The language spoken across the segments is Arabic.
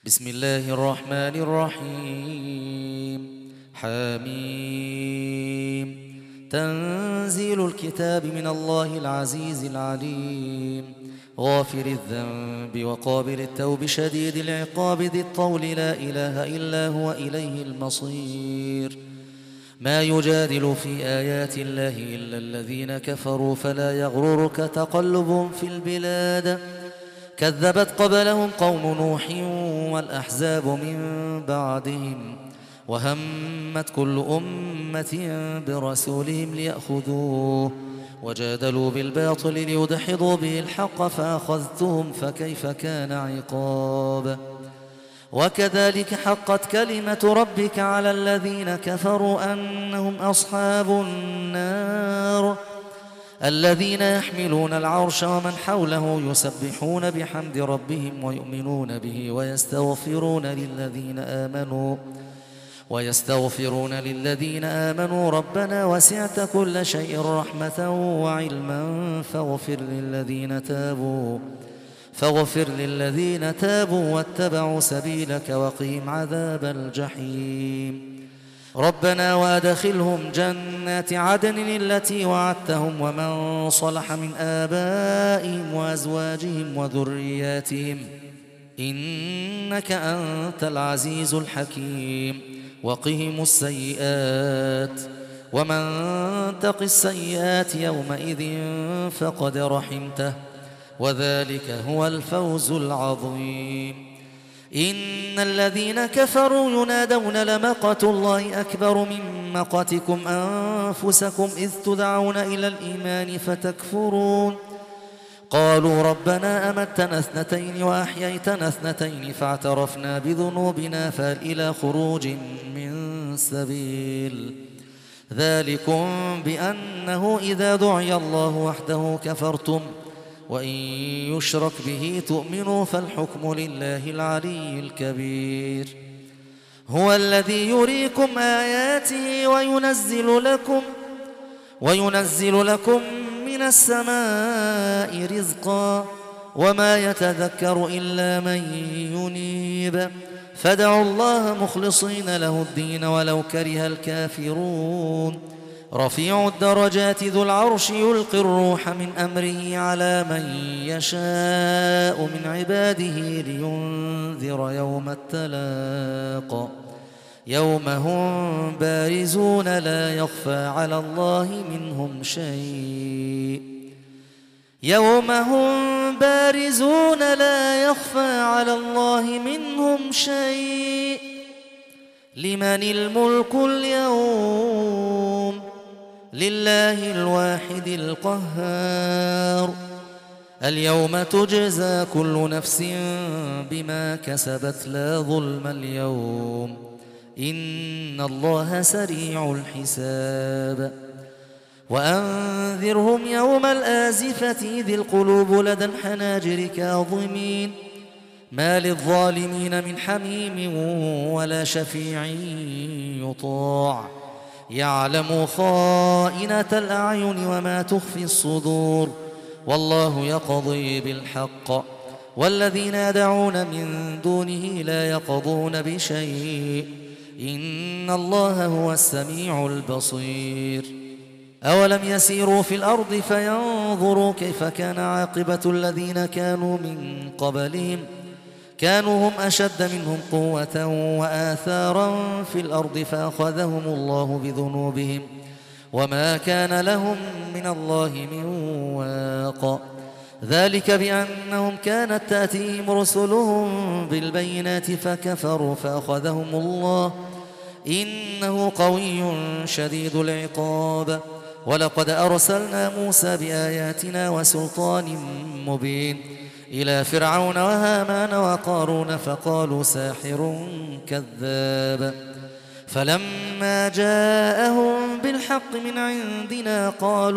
بسم الله الرحمن الرحيم. حميم. تنزيل الكتاب من الله العزيز العليم، غافر الذنب وقابل التوب شديد العقاب ذي الطول، لا إله إلا هو إليه المصير. ما يجادل في آيات الله إلا الذين كفروا، فلا يغررك تقلبهم في البلاد. كذبت قبلهم قوم نوح والأحزاب من بعدهم، وهمت كل أمة برسولهم ليأخذوه، وجادلوا بالباطل ليدحضوا به الحق، فأخذتهم فكيف كان عقاب. وكذلك حقت كلمة ربك على الذين كفروا أنهم أصحاب النار، الذين يحملون العرش ومن حوله يسبحون بحمد ربهم ويؤمنون به ويستغفرون للذين آمنوا ربنا وسعت كل شيء رحمة وعلما فاغفر للذين تابوا واتبعوا سبيلك وقهم عذاب الجحيم. ربنا وأدخلهم جنات عدن التي وعدتهم ومن صلح من آبائهم وأزواجهم وذرياتهم، إنك أنت العزيز الحكيم. وقهم السيئات، ومن تق السيئات يومئذ فقد رحمته، وذلك هو الفوز العظيم. إن الذين كفروا ينادون لمقت الله أكبر من مقتكم أنفسكم إذ تدعون إلى الإيمان فتكفرون. قالوا ربنا أمتنا اثنتين وأحييتنا اثنتين فاعترفنا بذنوبنا فهل إلى خروج من سبيل. ذلكم بأنه إذا دعي الله وحده كفرتم، وإن يشرك به تؤمنوا، فالحكم لله العلي الكبير. هو الذي يريكم آياته وينزل لكم من السماء رزقا، وما يتذكر إلا من ينيب، فادعوا الله مخلصين له الدين ولو كره الكافرون. رفيع الدرجات ذو العرش يلقي الروح من أمره على من يشاء من عباده لينذر يوم التلاق، يوم هم بارزون لا يخفى على الله منهم شيء. لمن الملك اليوم؟ لله الواحد القهار. اليوم تجزى كل نفس بما كسبت لا ظلم اليوم، إن الله سريع الحساب. وأنذرهم يوم الآزفة إذ القلوب لدى الحناجر كاظمين، ما للظالمين من حميم ولا شفيع يطاع، يعلم خائنة الأعين وما تخفي الصدور، والله يقضي بالحق، والذين يدعون من دونه لا يقضون بشيء، إن الله هو السميع البصير. أولم يسيروا في الأرض فينظروا كيف كان عاقبة الذين كانوا من قبلهم، كانوا هم أشد منهم قوة وآثارا في الأرض فأخذهم الله بذنوبهم، وما كان لهم من الله من واق. ذلك بأنهم كانت تأتيهم رسلهم بالبينات فكفروا فأخذهم الله، إنه قوي شديد العقاب. ولقد أرسلنا موسى بآياتنا وسلطان مبين إلى فرعون وهامان وقارون فقالوا ساحر كذاب، فلما جاءهم بالحق من عندنا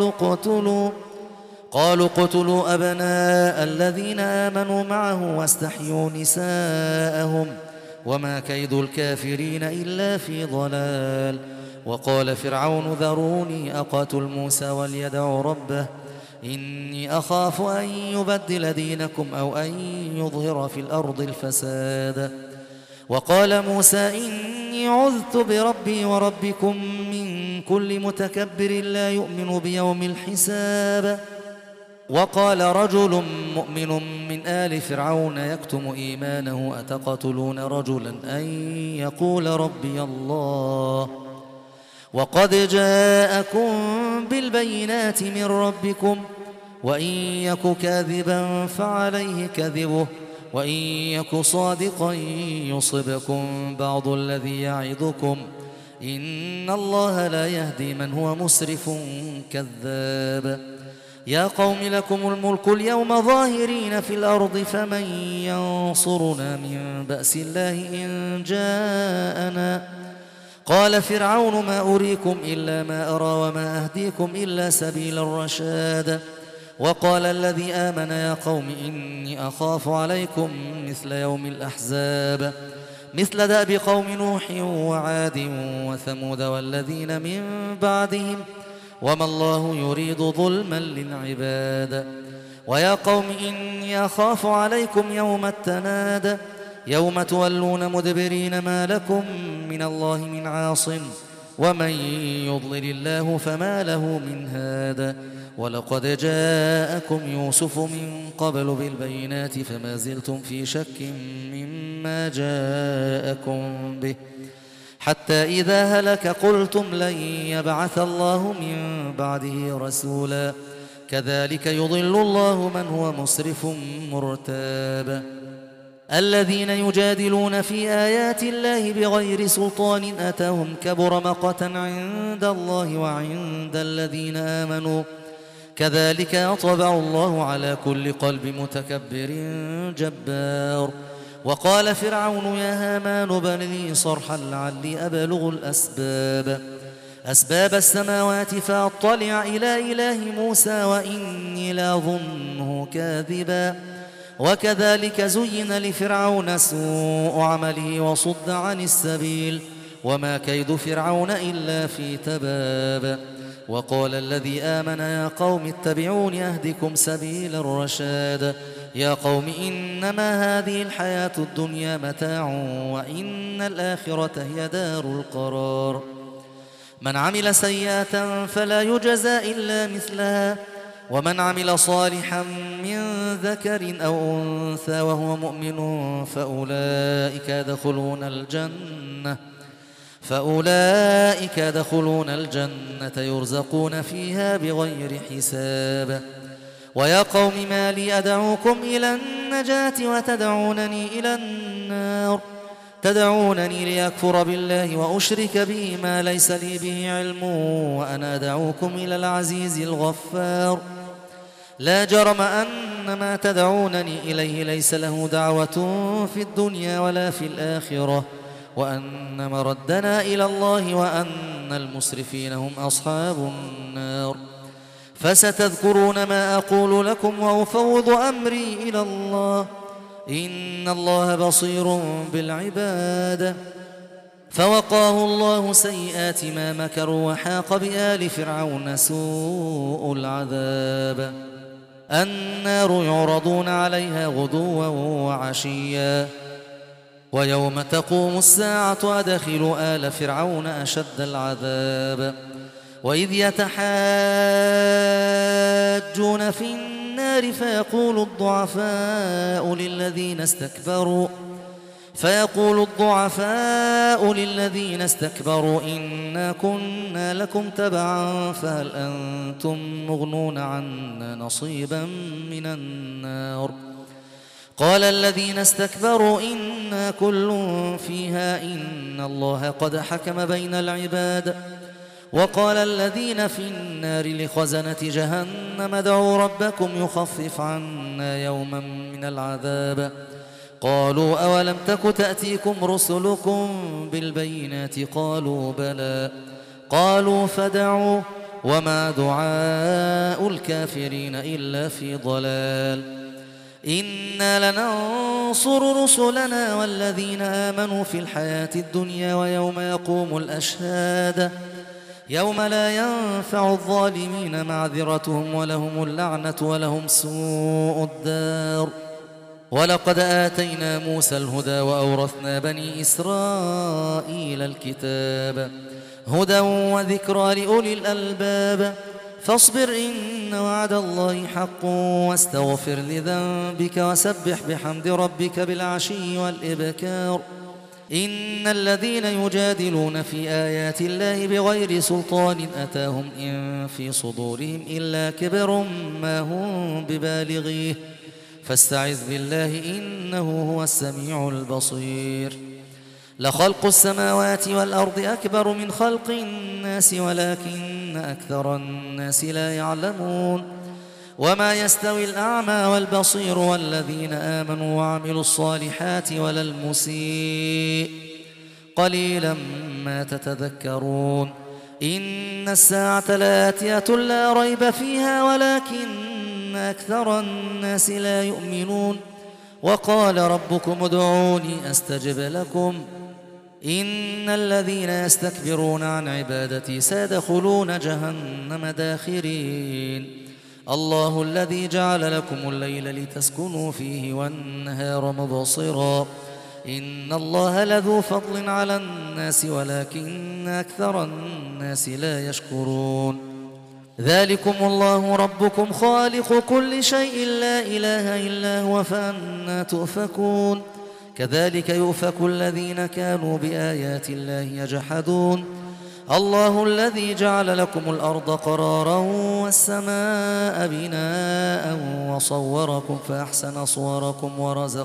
قالوا اقتلوا أبناء الذين آمنوا معه واستحيوا نساءهم، وما كيد الكافرين إلا في ضلال. وقال فرعون ذروني أقتل موسى وليدع ربه، إني أخاف أن يبدل دينكم أو أن يظهر في الأرض الفساد. وقال موسى إني عذت بربي وربكم من كل متكبر لا يؤمن بيوم الحساب. وقال رجل مؤمن من آل فرعون يكتم إيمانه أتقتلون رجلا أن يقول ربي الله وقد جاءكم بالبينات من ربكم وإن يك كاذبا فعليه كذبه وإن يك صادقا يصبكم بعض الذي يعظكم إن الله لا يهدي من هو مسرف كذاب. يا قوم لكم الملك اليوم ظاهرين في الأرض فمن ينصرنا من بأس الله إن جاءنا. قال فرعون ما أريكم إلا ما أرى وما أهديكم إلا سبيل الرشاد. وقال الذي آمن يا قوم إني أخاف عليكم مثل يوم الأحزاب مثل دأب قوم نوح وعاد وثمود والذين من بعدهم وما الله يريد ظلما للعباد. ويا قوم إني أخاف عليكم يوم التناد يوم تولون مدبرين ما لكم من الله من عاصم ومن يضلل الله فما له من هاد. ولقد جاءكم يوسف من قبل بالبينات فما زلتم في شك مما جاءكم به حتى إذا هلك قلتم لن يبعث الله من بعده رسولا كذلك يضل الله من هو مسرف مرتاب. الذين يجادلون في آيات الله بغير سلطان أتاهم كبر مقتا عند الله وعند الذين آمنوا كذلك يطبع الله على كل قلب متكبر جبار. وقال فرعون يا هامان ابن لي صرحا لعلي أبلغ أسباب السماوات فأطلع إلى إله موسى وإني لأظنه كاذبا. وكذلك زين لفرعون سوء عمله وصد عن السبيل وما كيد فرعون إلا في تباب. وقال الذي آمن يا قوم اتبعون أهدكم سبيل الرشاد. يا قوم إنما هذه الحياة الدنيا متاع وإن الآخرة هي دار القرار. من عمل سيئة فلا يجزى إلا مثلها ومن عمل صالحا من ذكر أو أنثى وهو مؤمن فأولئك يدخلون الجنة يرزقون فيها بغير حساب. ويا قوم ما لي أدعوكم إلى النجاة وتدعونني إلى النار تدعونني ليكفر بالله وأشرك به ما ليس لي به علم وأنا أدعوكم إلى العزيز الغفار. لا جرم أن ما تدعونني إليه ليس له دعوة في الدنيا ولا في الآخرة وأن مردنا إلى الله وأن المسرفين هم أصحاب النار. فستذكرون ما أقول لكم وأفوض أمري إلى الله إن الله بصير بالعباد. فوقاه الله سيئات ما مكروا وحاق بآل فرعون سوء العذاب. النار يعرضون عليها غدوا وعشيا ويوم تقوم الساعة أدخلوا آل فرعون أشد العذاب. وإذ يتحاجون في النار فيقول الضعفاء للذين استكبروا إنا كنا لكم تبعا فهل أنتم مغنون عنا نصيبا من النار. قال الذين استكبروا إنا كل فيها إن الله قد حكم بين العباد. وقال الذين في النار لخزنة جهنم ادعوا ربكم يخفف عنا يوما من العذاب. قالوا أولم تك تأتيكم رسلكم بالبينات قالوا بلى قالوا فدعوا وما دعاء الكافرين إلا في ضلال. إنا لننصر رسلنا والذين آمنوا في الحياة الدنيا ويوم يقوم الأشهاد يوم لا ينفع الظالمين معذرتهم ولهم اللعنة ولهم سوء الدار. ولقد آتينا موسى الهدى وأورثنا بني إسرائيل الكتاب هدى وذكرى لأولي الألباب فاصبر إن وعد الله حق واستغفر لذنبك وسبح بحمد ربك بالعشي والإبكار إن الذين يجادلون في آيات الله بغير سلطان أتاهم إن في صدورهم إلا كبر ما هم ببالغيه فاستعذ بالله إنه هو السميع البصير لخلق السماوات والأرض أكبر من خلق الناس ولكن أكثر الناس لا يعلمون وما يستوي الأعمى والبصير والذين آمنوا وعملوا الصالحات ولا المسيء قليلا ما تتذكرون إن الساعة لآتية لا ريب فيها ولكن أكثر الناس لا يؤمنون وقال ربكم ادعوني أستجب لكم إن الذين يستكبرون عن عبادتي سيدخلون جهنم داخرين الله الذي جعل لكم الليل لتسكنوا فيه والنهار مبصرا إن الله لذو فضل على الناس ولكن أكثر الناس لا يشكرون ذلكم الله ربكم خالق كل شيء لا إله إلا هو فأنى تؤفكون كذلك يؤفك الذين كانوا بآيات الله يجحدون الله الذي جعل لكم الأرض قرارا والسماء بناء وصوركم فأحسن صوركم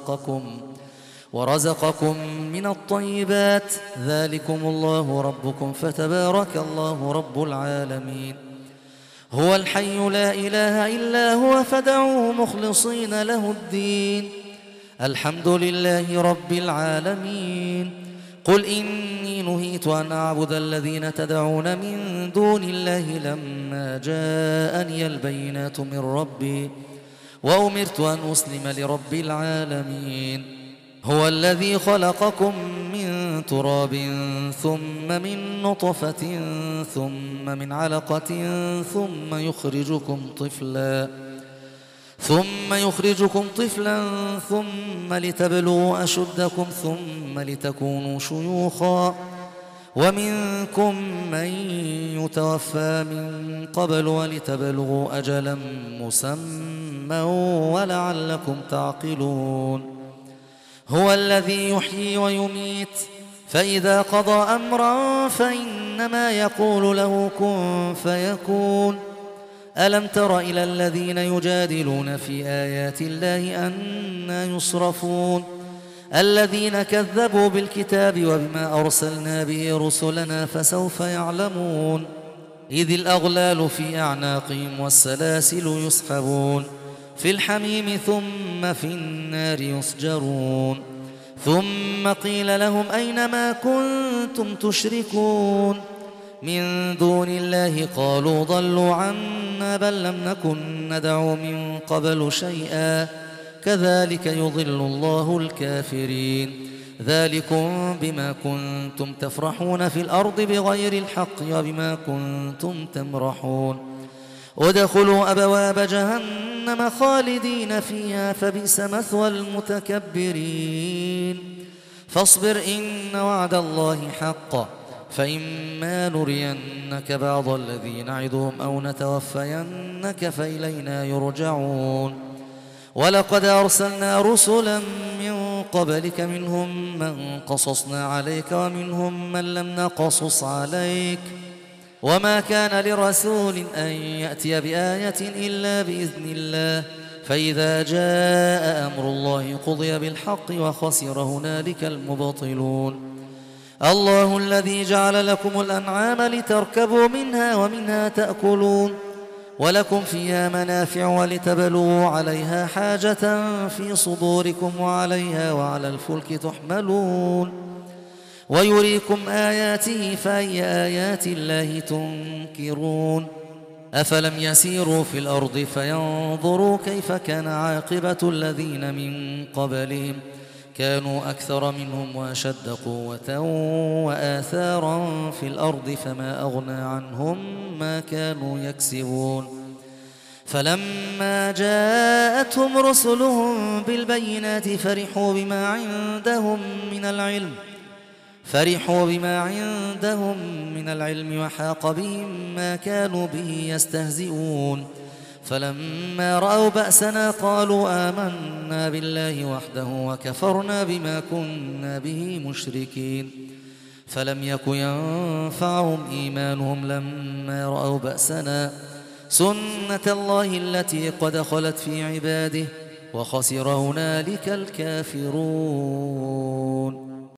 ورزقكم من الطيبات ذلكم الله ربكم فتبارك الله رب العالمين هو الحي لا إله إلا هو فدعوه مخلصين له الدين الحمد لله رب العالمين قل إني نهيت أن أعبد الذين تدعون من دون الله لما جاءني البينات من ربي وأمرت أن أسلم لرب العالمين هو الذي خلقكم من تراب ثم من نطفة ثم من علقة ثم يخرجكم طفلا ثم لتبلغوا أشدكم ثم لتكونوا شيوخا ومنكم من يتوفى من قبل ولتبلغوا أجلا مسمى ولعلكم تعقلون هو الذي يحيي ويميت فإذا قضى أمرا فإنما يقول له كن فيكون ألم تر إلى الذين يجادلون في آيات الله أنى يصرفون الذين كذبوا بالكتاب وبما أرسلنا به رسلنا فسوف يعلمون إذ الأغلال في أعناقهم والسلاسل يسحبون في الحميم ثم في النار يسجرون ثم قيل لهم أين ما كنتم تشركون من دون الله قالوا ضلوا عنا بل لم نكن ندعو من قبل شيئا كذلك يضل الله الكافرين ذلكم بما كنتم تفرحون في الأرض بغير الحق وبما كنتم تمرحون ادخلوا أبواب جهنم خالدين فيها فبئس مثوى المتكبرين فاصبر إن وعد الله حق فإما نرينك بعض الذي نعدهم أو نتوفينك فإلينا يرجعون ولقد أرسلنا رسلا من قبلك منهم من قصصنا عليك ومنهم من لم نقصص عليك وما كان لرسول أن يأتي بآية إلا بإذن الله فإذا جاء أمر الله قضي بالحق وخسر هنالك المبطلون الله الذي جعل لكم الأنعام لتركبوا منها ومنها تأكلون ولكم فيها منافع ولتبلغوا عليها حاجة في صدوركم وعليها وعلى الفلك تحملون ويريكم آياته فأي آيات الله تنكرون أفلم يسيروا في الأرض فينظروا كيف كان عاقبة الذين من قبلهم كانوا أكثر منهم وأشد قوة وآثارا في الأرض فما أغنى عنهم ما كانوا يكسبون فلما جاءتهم رسلهم بالبينات فرحوا بما عندهم من العلم وحاق بهم ما كانوا به يستهزئون فلما رأوا بأسنا قالوا آمنا بالله وحده وكفرنا بما كنا به مشركين فلم يك ينفعهم إيمانهم لما رأوا بأسنا سنة الله التي قد خلت في عباده وخسر هنالك الكافرون.